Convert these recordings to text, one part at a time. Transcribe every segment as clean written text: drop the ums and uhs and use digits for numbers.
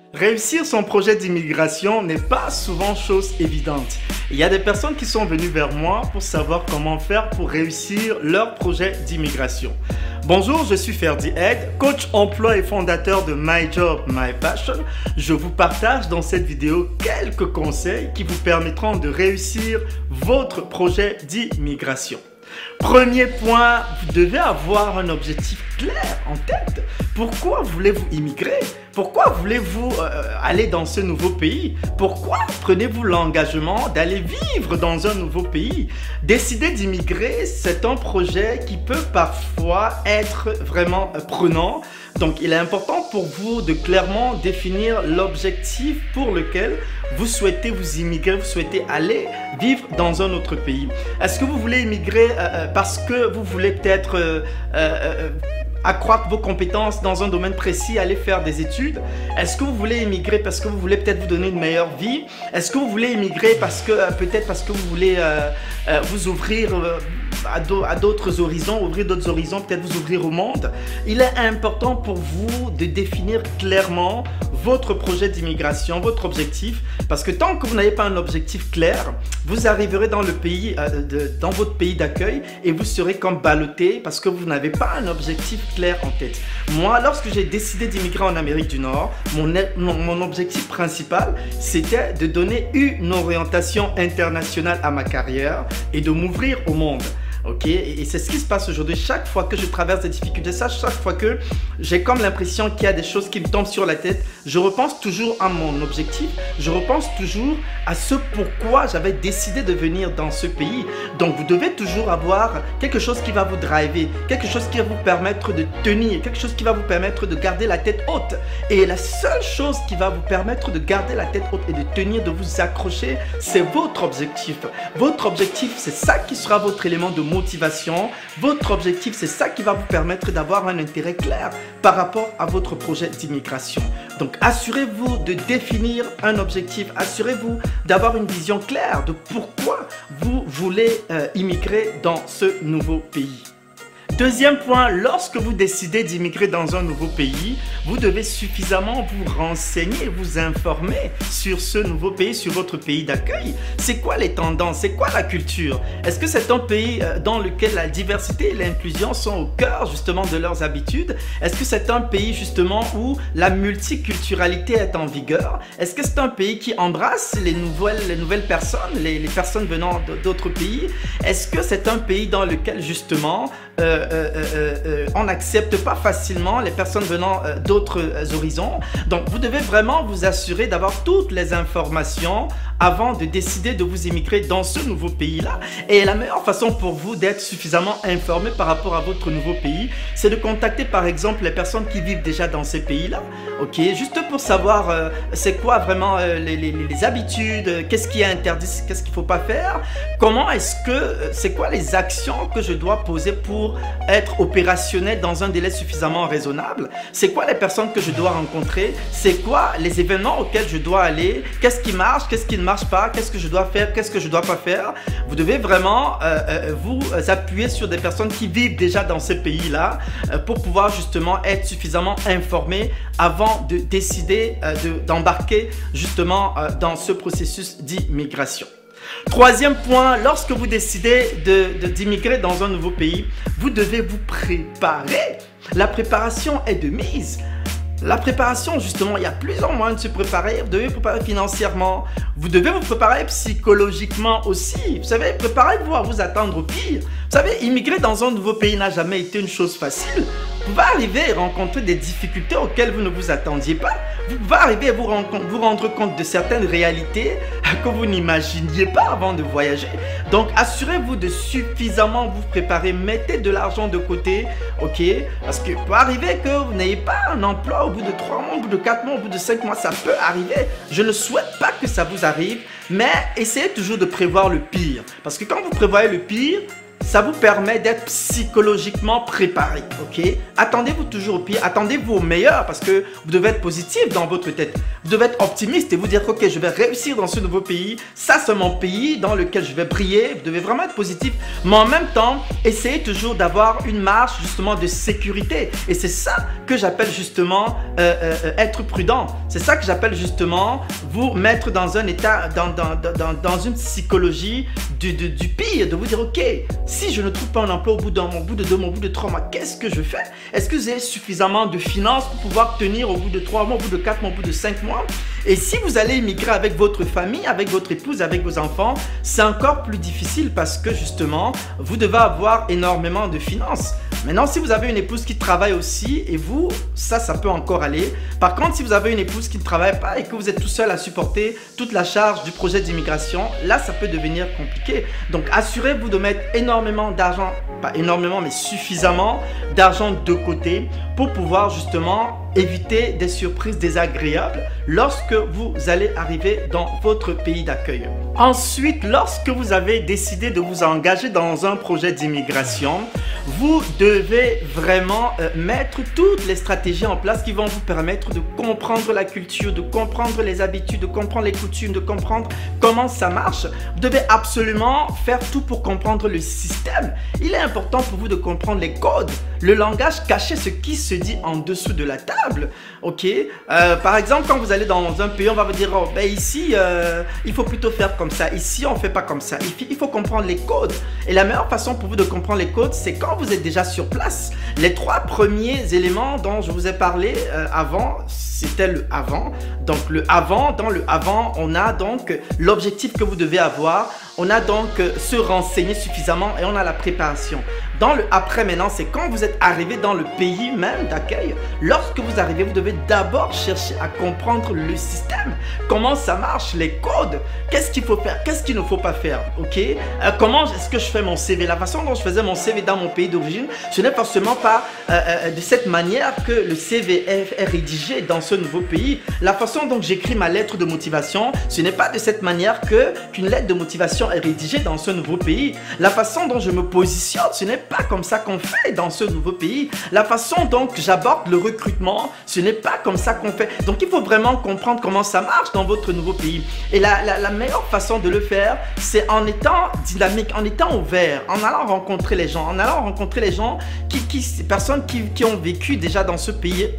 Réussir son projet d'immigration n'est pas souvent chose évidente. Il y a des personnes qui sont venues vers moi pour savoir comment faire pour réussir leur projet d'immigration. Bonjour, je suis Ferdi Ed, coach emploi et fondateur de My Job, My Passion. Je vous partage dans cette vidéo quelques conseils qui vous permettront de réussir votre projet d'immigration. Premier point, vous devez avoir un objectif clair en tête. Pourquoi voulez-vous immigrer? Pourquoi voulez-vous aller dans ce nouveau pays? Pourquoi prenez-vous l'engagement d'aller vivre dans un nouveau pays? Décider d'immigrer, c'est un projet qui peut parfois être vraiment prenant. Donc, il est important pour vous de clairement définir l'objectif pour lequel vous souhaitez vous immigrer, vous souhaitez aller vivre dans un autre pays. Est-ce que vous voulez immigrer parce que vous voulez peut-être accroître vos compétences dans un domaine précis, aller faire des études? Est-ce que vous voulez immigrer parce que vous voulez peut-être vous donner une meilleure vie? Est-ce que vous voulez immigrer parce que peut-être parce que vous voulez vous ouvrir à d'autres horizons, ouvrir d'autres horizons, peut-être vous ouvrir au monde? Il est important pour vous de définir clairement votre projet d'immigration, votre objectif, parce que tant que vous n'avez pas un objectif clair, vous arriverez dans le pays, dans votre pays d'accueil et vous serez comme ballotté parce que vous n'avez pas un objectif clair en tête. Moi, lorsque j'ai décidé d'immigrer en Amérique du Nord, mon objectif principal, c'était de donner une orientation internationale à ma carrière et de m'ouvrir au monde. Ok, et c'est ce qui se passe aujourd'hui. Chaque fois que je traverse des difficultés, chaque fois que j'ai comme l'impression qu'il y a des choses qui me tombent sur la tête, je repense toujours à mon objectif, je repense toujours à ce pourquoi j'avais décidé de venir dans ce pays. Donc vous devez toujours avoir quelque chose qui va vous driver, quelque chose qui va vous permettre de tenir, quelque chose qui va vous permettre de garder la tête haute. Et la seule chose qui va vous permettre de garder la tête haute et de tenir, de vous accrocher, c'est votre objectif. Votre objectif, c'est ça qui sera votre élément de motivation. Votre objectif, c'est ça qui va vous permettre d'avoir un intérêt clair par rapport à votre projet d'immigration. Donc, assurez-vous de définir un objectif. Assurez-vous d'avoir une vision claire de pourquoi vous voulez immigrer dans ce nouveau pays. Deuxième point, lorsque vous décidez d'immigrer dans un nouveau pays, vous devez suffisamment vous renseigner, vous informer sur ce nouveau pays, sur votre pays d'accueil. C'est quoi les tendances? C'est quoi la culture? Est-ce que c'est un pays dans lequel la diversité et l'inclusion sont au cœur justement de leurs habitudes? Est-ce que c'est un pays justement où la multiculturalité est en vigueur? Est-ce que c'est un pays qui embrasse les nouvelles personnes, les personnes venant d'autres pays? Est-ce que c'est un pays dans lequel justement on n'accepte pas facilement les personnes venant d'autres horizons? Donc vous devez vraiment vous assurer d'avoir toutes les informations avant de décider de vous immigrer dans ce nouveau pays-là. Et la meilleure façon pour vous d'être suffisamment informé par rapport à votre nouveau pays, c'est de contacter par exemple les personnes qui vivent déjà dans ces pays-là, ok, juste pour savoir c'est quoi vraiment les habitudes, qu'est-ce qui est interdit, qu'est-ce qu'il ne faut pas faire, comment est-ce que, c'est quoi les actions que je dois poser pour être opérationnel dans un délai suffisamment raisonnable, c'est quoi les personnes que je dois rencontrer, c'est quoi les événements auxquels je dois aller, qu'est-ce qui marche, qu'est-ce qui ne marche pas, qu'est-ce que je dois faire, qu'est-ce que je ne dois pas faire. Vous devez vraiment vous appuyer sur des personnes qui vivent déjà dans ces pays-là pour pouvoir justement être suffisamment informé avant de décider d'embarquer justement dans ce processus d'immigration. Troisième point, lorsque vous décidez d'immigrer dans un nouveau pays, vous devez vous préparer. La préparation est de mise. La préparation, justement, il y a plusieurs moyens de se préparer. Vous devez vous préparer financièrement. Vous devez vous préparer psychologiquement aussi. Vous savez, préparez-vous à vous attendre au pire. Vous savez, immigrer dans un nouveau pays n'a jamais été une chose facile. Vous pouvez arriver à rencontrer des difficultés auxquelles vous ne vous attendiez pas. Vous pouvez arriver à vous rendre compte de certaines réalités que vous n'imaginiez pas avant de voyager. Donc, assurez-vous de suffisamment vous préparer. Mettez de l'argent de côté, ok? Parce que peut arriver que vous n'ayez pas un emploi au bout de 3 mois, au bout de 4 mois, au bout de 5 mois. Ça peut arriver. Je ne souhaite pas que ça vous arrive, mais essayez toujours de prévoir le pire. Parce que quand vous prévoyez le pire, ça vous permet d'être psychologiquement préparé, ok? Attendez-vous toujours au pire, attendez-vous au meilleur parce que vous devez être positif dans votre tête. Vous devez être optimiste et vous dire, ok, je vais réussir dans ce nouveau pays. Ça, c'est mon pays dans lequel je vais briller. Vous devez vraiment être positif, mais en même temps, essayez toujours d'avoir une marge justement de sécurité. Et c'est ça que j'appelle justement être prudent. C'est ça que j'appelle justement vous mettre dans un état, dans une psychologie du pire, de vous dire, ok, si je ne trouve pas un emploi au bout d'un mois, au bout de 2 mois, au bout de 3 mois, qu'est-ce que je fais? Est-ce que j'ai suffisamment de finances pour pouvoir tenir au bout de 3 mois, au bout de 4 mois, au bout de 5 mois? Et si vous allez immigrer avec votre famille, avec votre épouse, avec vos enfants, c'est encore plus difficile parce que justement, vous devez avoir énormément de finances. Maintenant, si vous avez une épouse qui travaille aussi et vous, ça peut encore aller. Par contre, si vous avez une épouse qui ne travaille pas et que vous êtes tout seul à supporter toute la charge du projet d'immigration, là, ça peut devenir compliqué. Donc, assurez-vous de mettre énormément d'argent, pas énormément, mais suffisamment d'argent de côté pour pouvoir justement éviter des surprises désagréables lorsque vous allez arriver dans votre pays d'accueil. Ensuite, lorsque vous avez décidé de vous engager dans un projet d'immigration, vous devez vraiment mettre toutes les stratégies en place qui vont vous permettre de comprendre la culture, de comprendre les habitudes, de comprendre les coutumes, de comprendre comment ça marche. Vous devez absolument faire tout pour comprendre le système. Il est important pour vous de comprendre les codes, le langage caché, ce qui se dit en dessous de la table. Ok, par exemple, quand vous allez dans un pays, on va vous dire, oh, ben ici, il faut plutôt faire comme ça. Ici, on ne fait pas comme ça. Il faut comprendre les codes. Et la meilleure façon pour vous de comprendre les codes, c'est quand vous êtes déjà sur place. Les 3 premiers éléments dont je vous ai parlé avant, c'était le avant. Donc, le avant, dans le avant, on a donc l'objectif que vous devez avoir. On a donc se renseigner suffisamment et on a la préparation. Dans le après maintenant, c'est quand vous êtes arrivé dans le pays même d'accueil. Lorsque vous arrivez, vous devez d'abord chercher à comprendre le système. Comment ça marche, les codes. Qu'est-ce qu'il faut faire, qu'est-ce qu'il ne faut pas faire. Ok, comment est-ce que je fais mon CV? La façon dont je faisais mon CV dans mon pays d'origine, ce n'est forcément pas de cette manière que le CV est rédigé dans ce nouveau pays. La façon dont j'écris ma lettre de motivation, ce n'est pas de cette manière qu'une lettre de motivation est rédigée dans ce nouveau pays. La façon dont je me positionne, ce n'est pas comme ça qu'on fait dans ce nouveau pays. La façon dont j'aborde le recrutement, ce n'est pas comme ça qu'on fait. Donc, il faut vraiment comprendre comment ça marche dans votre nouveau pays. Et la meilleure façon de le faire, c'est en étant dynamique, en étant ouvert, en allant rencontrer les gens, personnes qui ont vécu déjà dans ce pays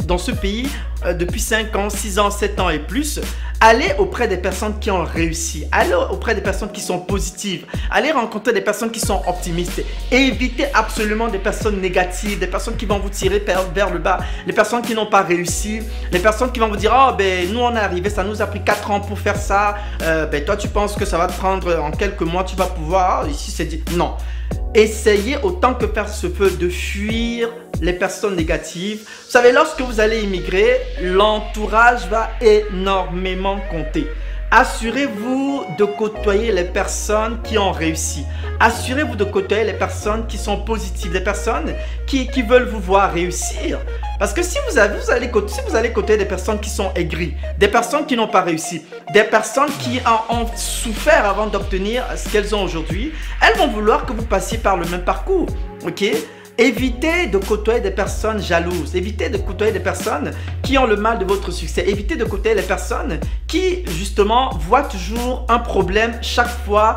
depuis 5 ans, 6 ans, 7 ans et plus. Allez auprès des personnes qui ont réussi, allez auprès des personnes qui sont positives, allez rencontrer des personnes qui sont optimistes. Évitez absolument des personnes négatives, des personnes qui vont vous tirer vers le bas, les personnes qui n'ont pas réussi, les personnes qui vont vous dire « Oh, ben nous on est arrivé, ça nous a pris 4 ans pour faire ça, ben toi tu penses que ça va te prendre en quelques mois, tu vas pouvoir, ici c'est dit... » Non. Essayez autant que faire se peut de fuir les personnes négatives. Vous savez, lorsque vous allez immigrer, l'entourage va énormément compter. Assurez-vous de côtoyer les personnes qui ont réussi. Assurez-vous de côtoyer les personnes qui sont positives, les personnes qui veulent vous voir réussir. Parce que si vous allez côtoyer des personnes qui sont aigries, des personnes qui n'ont pas réussi, des personnes qui ont souffert avant d'obtenir ce qu'elles ont aujourd'hui, elles vont vouloir que vous passiez par le même parcours. Ok? Évitez de côtoyer des personnes jalouses. Évitez de côtoyer des personnes qui ont le mal de votre succès. Évitez de côtoyer les personnes qui, justement, voient toujours un problème chaque fois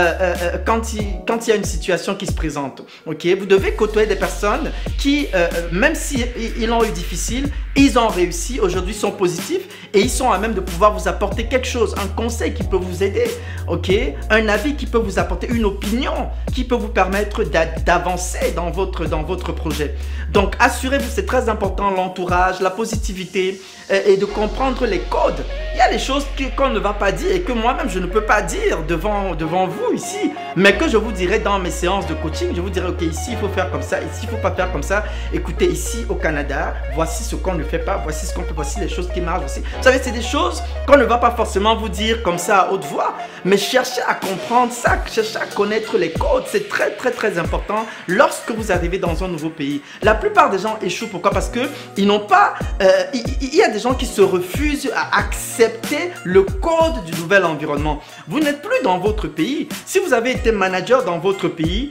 quand il y a une situation qui se présente. Okay? Vous devez côtoyer des personnes qui, même s'ils l'ont eu difficile, ils ont réussi, aujourd'hui sont positifs et ils sont à même de pouvoir vous apporter quelque chose, un conseil qui peut vous aider, okay? Un avis qui peut vous apporter, une opinion qui peut vous permettre d'avancer dans votre projet. Donc, assurez-vous, c'est très important, l'entourage, la positivité et de comprendre les codes. Il y a des choses qu'on ne va pas dire et que moi-même, je ne peux pas dire devant vous ici, mais que je vous dirai dans mes séances de coaching. Je vous dirai, ok, ici, il faut faire comme ça, ici, il ne faut pas faire comme ça. Écoutez, ici, au Canada, voici ce qu'on ne fait pas, voici ce qu'on peut, voici les choses qui marchent aussi. Vous savez, c'est des choses qu'on ne va pas forcément vous dire comme ça à haute voix, mais cherchez à comprendre ça, cherchez à connaître les codes. C'est très, très, très important lorsque vous arrivez dans un nouveau pays. La plupart des gens échouent. Pourquoi? Parce que ils n'ont pas... il y a des gens qui se refusent à accepter accepter le code du nouvel environnement. Vous n'êtes plus dans votre pays. Si vous avez été manager dans votre pays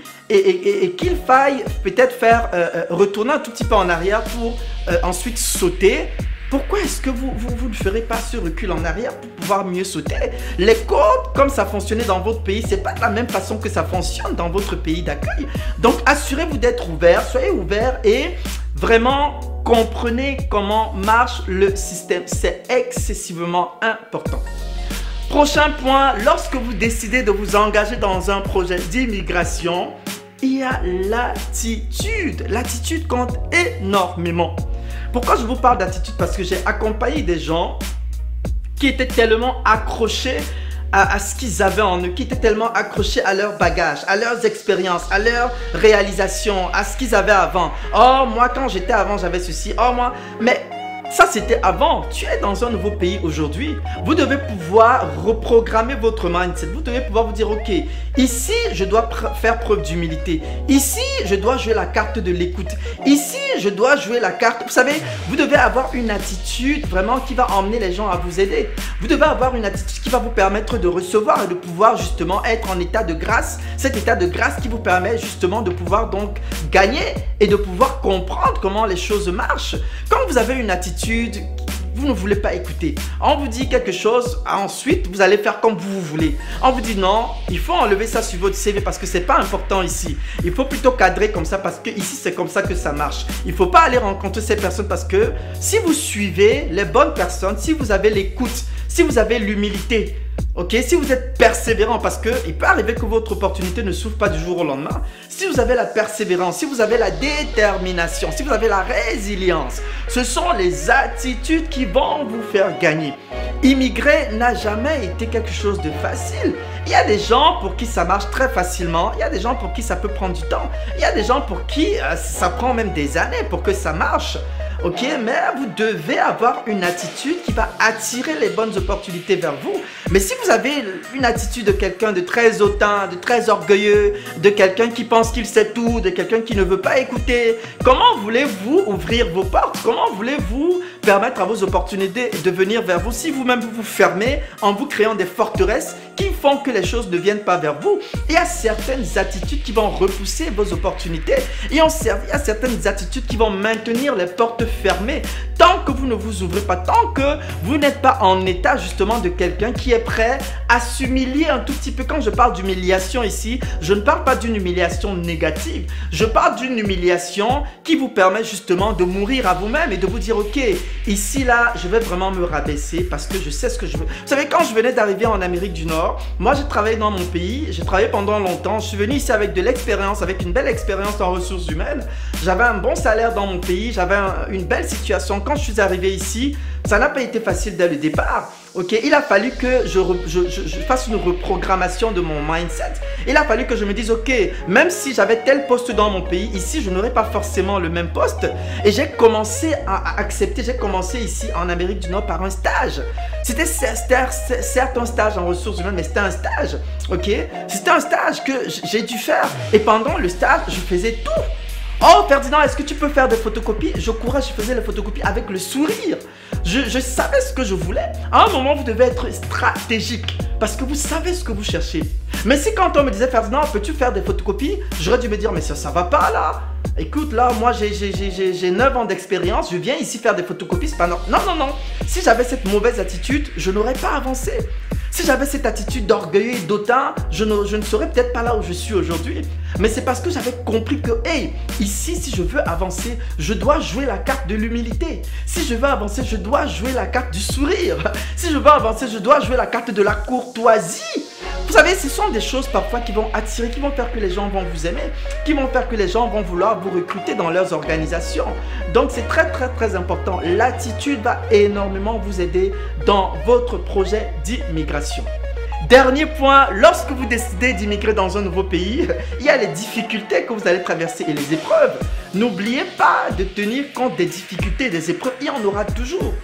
et qu'il faille peut-être faire retourner un tout petit peu en arrière pour ensuite sauter, pourquoi est-ce que vous ne ferez pas ce recul en arrière pour pouvoir mieux sauter? Les codes, comme ça fonctionnait dans votre pays, c'est pas de la même façon que ça fonctionne dans votre pays d'accueil. Donc, assurez-vous d'être ouvert, soyez ouvert et vraiment comprenez comment marche le système. C'est excessivement important. Prochain point, lorsque vous décidez de vous engager dans un projet d'immigration, il y a l'attitude. L'attitude compte énormément. Pourquoi je vous parle d'attitude? Parce que j'ai accompagné des gens qui étaient tellement accrochés à ce qu'ils avaient en eux, qui étaient tellement accrochés à leur bagage, à leurs expériences, à leurs réalisations, à ce qu'ils avaient avant. Oh, moi, quand j'étais avant, j'avais ceci. Oh, moi, mais ça, c'était avant. Tu es dans un nouveau pays aujourd'hui. Vous devez pouvoir reprogrammer votre mindset. Vous devez pouvoir vous dire, ok, ici, je dois faire preuve d'humilité. Ici, je dois jouer la carte de l'écoute. Ici, je dois jouer la carte. Vous savez, vous devez avoir une attitude vraiment qui va emmener les gens à vous aider. Vous devez avoir une attitude qui va vous permettre de recevoir et de pouvoir justement être en état de grâce. Cet état de grâce qui vous permet justement de pouvoir donc gagner et de pouvoir comprendre comment les choses marchent. Quand vous avez une attitude, vous ne voulez pas écouter. On vous dit quelque chose, ensuite vous allez faire comme vous voulez. On vous dit non, il faut enlever ça sur votre CV parce que c'est pas important ici. Il faut plutôt cadrer comme ça parce que ici c'est comme ça que ça marche. Il ne faut pas aller rencontrer ces personnes parce que si vous suivez les bonnes personnes, si vous avez l'écoute, si vous avez l'humilité, ok, si vous êtes persévérant, parce qu'il peut arriver que votre opportunité ne s'ouvre pas du jour au lendemain. Si vous avez la persévérance, si vous avez la détermination, si vous avez la résilience, ce sont les attitudes qui vont vous faire gagner. Immigrer n'a jamais été quelque chose de facile. Il y a des gens pour qui ça marche très facilement. Il y a des gens pour qui ça peut prendre du temps. Il y a des gens pour qui ça prend même des années pour que ça marche. Ok, mais vous devez avoir une attitude qui va attirer les bonnes opportunités vers vous. Mais si vous avez une attitude de quelqu'un de très hautain, de très orgueilleux, de quelqu'un qui pense qu'il sait tout, de quelqu'un qui ne veut pas écouter, comment voulez-vous ouvrir vos portes? Comment voulez-vous permettre à vos opportunités de venir vers vous si vous-même vous vous fermez en vous créant des forteresses qui font que les choses ne viennent pas vers vous? Il y a certaines attitudes qui vont repousser vos opportunités. Il y a certaines attitudes qui vont maintenir les portes fermées. Tant que vous ne vous ouvrez pas, tant que vous n'êtes pas en état justement de quelqu'un qui est prêt à s'humilier un tout petit peu. Quand je parle d'humiliation ici, je ne parle pas d'une humiliation négative. Je parle d'une humiliation qui vous permet justement de mourir à vous-même et de vous dire, ok, ici là, je vais vraiment me rabaisser parce que je sais ce que je veux. Vous savez, quand je venais d'arriver en Amérique du Nord, moi j'ai travaillé dans mon pays, j'ai travaillé pendant longtemps, je suis venu ici avec de l'expérience, avec une belle expérience en ressources humaines. J'avais un bon salaire dans mon pays, j'avais une belle situation. Quand je suis arrivé ici, ça n'a pas été facile dès le départ. Ok, il a fallu que je fasse une reprogrammation de mon mindset. Il a fallu que je me dise, ok, même si j'avais tel poste dans mon pays, ici, je n'aurais pas forcément le même poste. Et j'ai commencé à accepter, j'ai commencé ici en Amérique du Nord par un stage. C'était certes un stage en ressources humaines, mais c'était un stage, ok? C'était un stage que j'ai dû faire. Et pendant le stage, je faisais tout. Oh Ferdinand, est-ce que tu peux faire des photocopies? Je courais, je faisais les photocopies avec le sourire. Je savais ce que je voulais. À un moment, vous devez être stratégique parce que vous savez ce que vous cherchez. Mais si quand on me disait Ferdinand, peux-tu faire des photocopies? J'aurais dû me dire, mais ça va pas là. Écoute, là, moi j'ai 9 ans d'expérience, je viens ici faire des photocopies, c'est pas non. Non. Si j'avais cette mauvaise attitude, je n'aurais pas avancé. Si j'avais cette attitude d'orgueil et d'autant, je ne serais peut-être pas là où je suis aujourd'hui. Mais c'est parce que j'avais compris que, hey, ici, si je veux avancer, je dois jouer la carte de l'humilité. Si je veux avancer, je dois jouer la carte du sourire. Si je veux avancer, je dois jouer la carte de la courtoisie. Vous savez, ce sont des choses parfois qui vont attirer, qui vont faire que les gens vont vous aimer, qui vont faire que les gens vont vouloir vous recruter dans leurs organisations. Donc, c'est très important. L'attitude va énormément vous aider dans votre projet d'immigration. Dernier point, lorsque vous décidez d'immigrer dans un nouveau pays, il y a les difficultés que vous allez traverser et les épreuves. N'oubliez pas de tenir compte des difficultés et des épreuves, il y en aura toujours.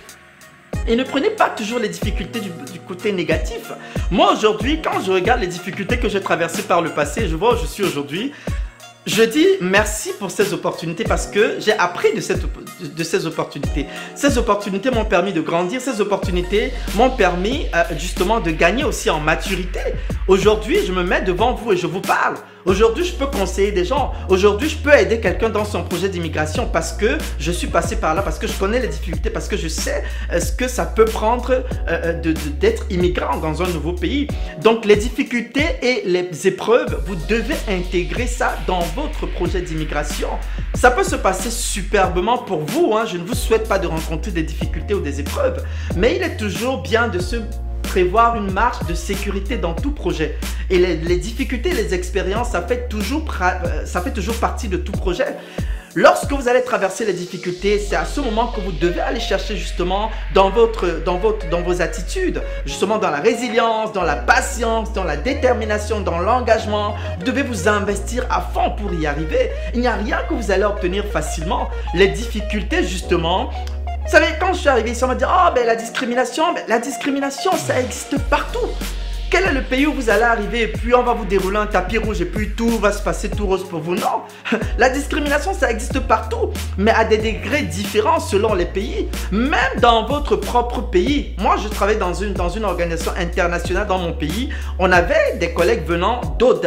Et ne prenez pas toujours les difficultés du côté négatif. Moi aujourd'hui, quand je regarde les difficultés que j'ai traversées par le passé, je vois où je suis aujourd'hui, Je dis merci pour ces opportunités parce que j'ai appris de ces opportunités. Ces opportunités m'ont permis de grandir, ces opportunités m'ont permis justement de gagner aussi en maturité. Aujourd'hui, je me mets devant vous et je vous parle. Aujourd'hui, je peux conseiller des gens. Aujourd'hui, je peux aider quelqu'un dans son projet d'immigration parce que je suis passé par là, parce que je connais les difficultés, parce que je sais ce que ça peut prendre d'être immigrant dans un nouveau pays. Donc, les difficultés et les épreuves, vous devez intégrer ça dans votre projet d'immigration. Ça peut se passer superbement pour vous, hein. Je ne vous souhaite pas de rencontrer des difficultés ou des épreuves, mais il est toujours bien de se prévoir une marge de sécurité dans tout projet. Et les difficultés, les expériences, ça fait toujours partie de tout projet. Lorsque vous allez traverser les difficultés, c'est à ce moment que vous devez aller chercher justement dans vos attitudes, justement dans la résilience, dans la patience, dans la détermination, dans l'engagement. Vous devez vous investir à fond pour y arriver. Il n'y a rien que vous allez obtenir facilement. Les difficultés justement, vous savez, quand je suis arrivé ici, on m'a dit « Oh, ben la discrimination, ça existe partout !» Quel est le pays où vous allez arriver et puis on va vous dérouler un tapis rouge et puis tout va se passer tout rose pour vous? Non, la discrimination, ça existe partout, mais à des degrés différents selon les pays. Même dans votre propre pays. Moi, je travaille dans une organisation internationale dans mon pays. On avait des collègues venant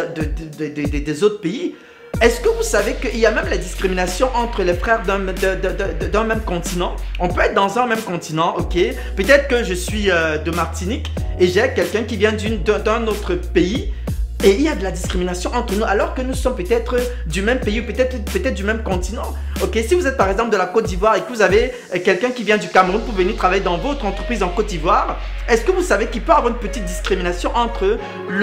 des autres pays. Est-ce que vous savez qu'il y a même la discrimination entre les frères d'un même continent? On peut être dans un même continent, ok? Peut-être que je suis de Martinique et j'ai quelqu'un qui vient d'un autre pays. Et il y a de la discrimination entre nous alors que nous sommes peut-être du même pays ou peut-être du même continent. Ok, si vous êtes par exemple de la Côte d'Ivoire et que vous avez quelqu'un qui vient du Cameroun pour venir travailler dans votre entreprise en Côte d'Ivoire, est-ce que vous savez qu'il peut y avoir une petite discrimination entre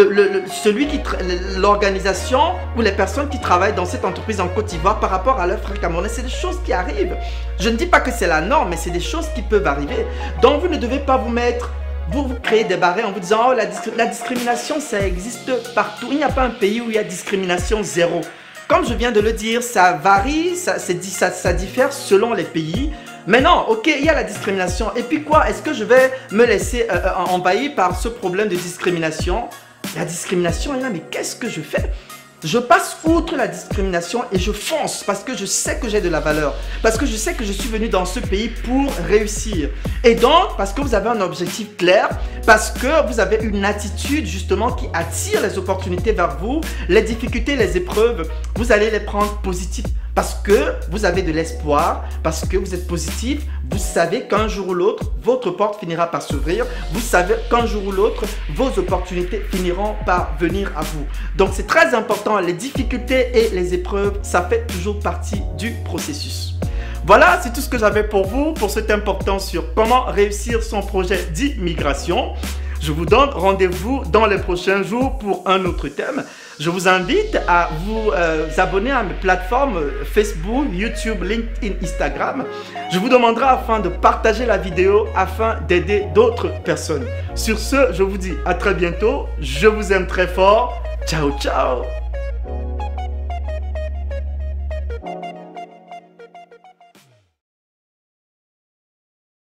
l'organisation ou les personnes qui travaillent dans cette entreprise en Côte d'Ivoire par rapport à leurs frères camerounais? C'est des choses qui arrivent. Je ne dis pas que c'est la norme, mais c'est des choses qui peuvent arriver. Donc vous ne devez pas vous mettre... Vous créez des barrières en vous disant « Oh, la discrimination, ça existe partout. » Il n'y a pas un pays où il y a discrimination zéro. Comme je viens de le dire, ça varie, ça diffère selon les pays. Mais non, ok, il y a la discrimination. Et puis quoi? Est-ce que je vais me laisser envahir par ce problème de discrimination? La discrimination est là, mais qu'est-ce que je fais? Je passe outre la discrimination et je fonce parce que je sais que j'ai de la valeur. Parce que je sais que je suis venu dans ce pays pour réussir. Et donc, parce que vous avez un objectif clair, parce que vous avez une attitude justement qui attire les opportunités vers vous, les difficultés, les épreuves, vous allez les prendre positifs. Parce que vous avez de l'espoir, parce que vous êtes positif, vous savez qu'un jour ou l'autre, votre porte finira par s'ouvrir. Vous savez qu'un jour ou l'autre, vos opportunités finiront par venir à vous. Donc c'est très important, les difficultés et les épreuves, ça fait toujours partie du processus. Voilà, c'est tout ce que j'avais pour vous, pour cet important sur comment réussir son projet d'immigration. Je vous donne rendez-vous dans les prochains jours pour un autre thème. Je vous invite à vous abonner à mes plateformes Facebook, YouTube, LinkedIn, Instagram. Je vous demanderai afin de partager la vidéo afin d'aider d'autres personnes. Sur ce, je vous dis à très bientôt. Je vous aime très fort. Ciao, ciao!